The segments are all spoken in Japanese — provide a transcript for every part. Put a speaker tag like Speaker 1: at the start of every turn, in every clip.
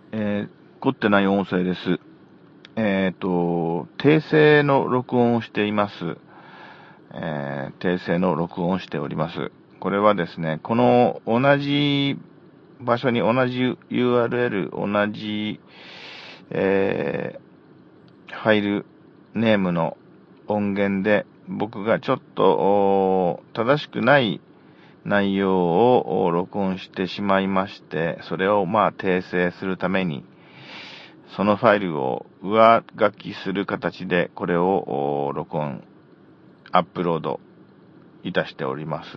Speaker 1: 凝ってない音声です。訂正の録音をしています。訂正の録音をしております。これはですね、この同じ場所に同じ URL、同じ、ファイルネームの音源で僕がちょっと正しくない内容を録音してしまいまして、それを訂正するために、そのファイルを上書きする形でこれを録音、アップロードいたしております。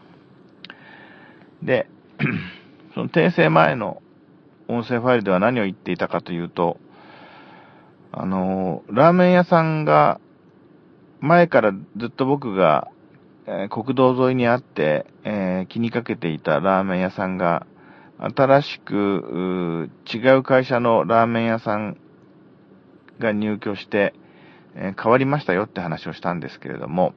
Speaker 1: で、その訂正前の音声ファイルでは何を言っていたかというと、ラーメン屋さんが、前からずっと僕が、国道沿いにあって、気にかけていたラーメン屋さんが、新しく違う会社のラーメン屋さんが入居して、変わりましたよって話をしたんですけれども、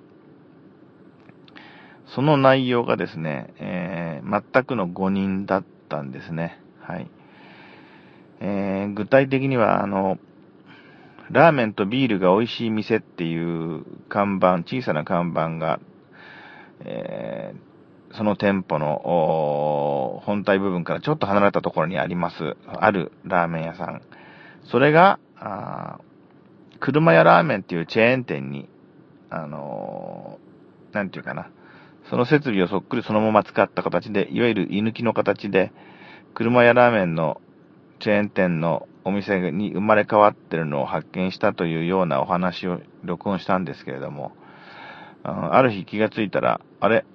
Speaker 1: その内容がですね、全くの誤認だったんですね。はい。具体的には、ラーメンとビールが美味しい店っていう看板、小さな看板が、その店舗の本体部分からちょっと離れたところにあります、あるラーメン屋さん。それが、車屋ラーメンっていうチェーン店に、なんていうかな、その設備をそっくりそのまま使った形で、いわゆる居抜きの形で、車屋ラーメンのチェーン店のお店に生まれ変わってるのを発見したというようなお話を録音したんですけれども、ある日気がついたら、あれ、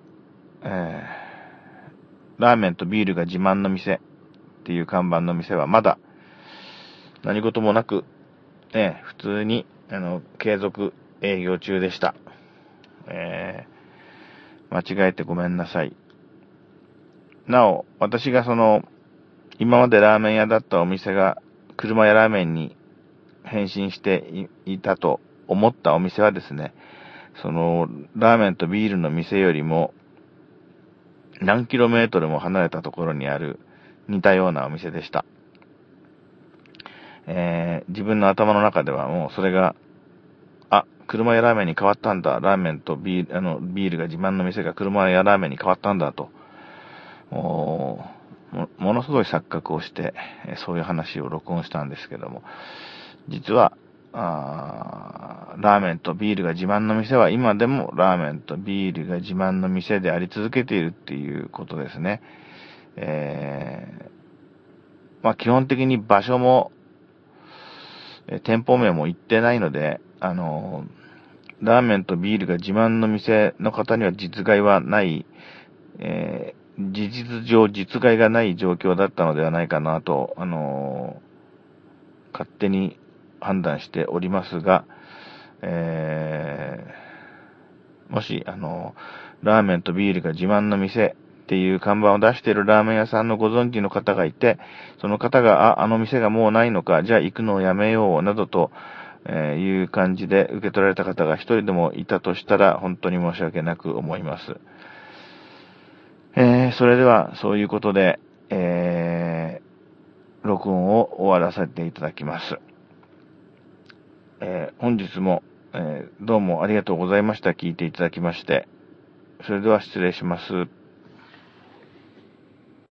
Speaker 1: ラーメンとビールが自慢の店っていう看板の店はまだ何事もなく、普通に継続営業中でした。間違えてごめんなさい。なお、私が今までラーメン屋だったお店が車屋ラーメンに変身していたと思ったお店はですね、ラーメンとビールの店よりも何キロメートルも離れたところにある似たようなお店でした。自分の頭の中ではもうそれが、車屋ラーメンに変わったんだ。ラーメンとビールが自慢の店が車屋ラーメンに変わったんだと。ものすごい錯覚をして、そういう話を録音したんですけども、実は、ラーメンとビールが自慢の店は今でもラーメンとビールが自慢の店であり続けているっていうことですね。基本的に場所も、店舗名も言ってないので、ラーメンとビールが自慢の店の方には実害はない、事実上実害がない状況だったのではないかなと、勝手に判断しておりますが、もし、ラーメンとビールが自慢の店っていう看板を出しているラーメン屋さんのご存知の方がいて、その方が、あの店がもうないのか、じゃあ行くのをやめよう、などと、いう感じで受け取られた方が一人でもいたとしたら、本当に申し訳なく思います。それでは、そういうことで、録音を終わらせていただきます。本日も、どうもありがとうございました。聞いていただきまして。それでは失礼します。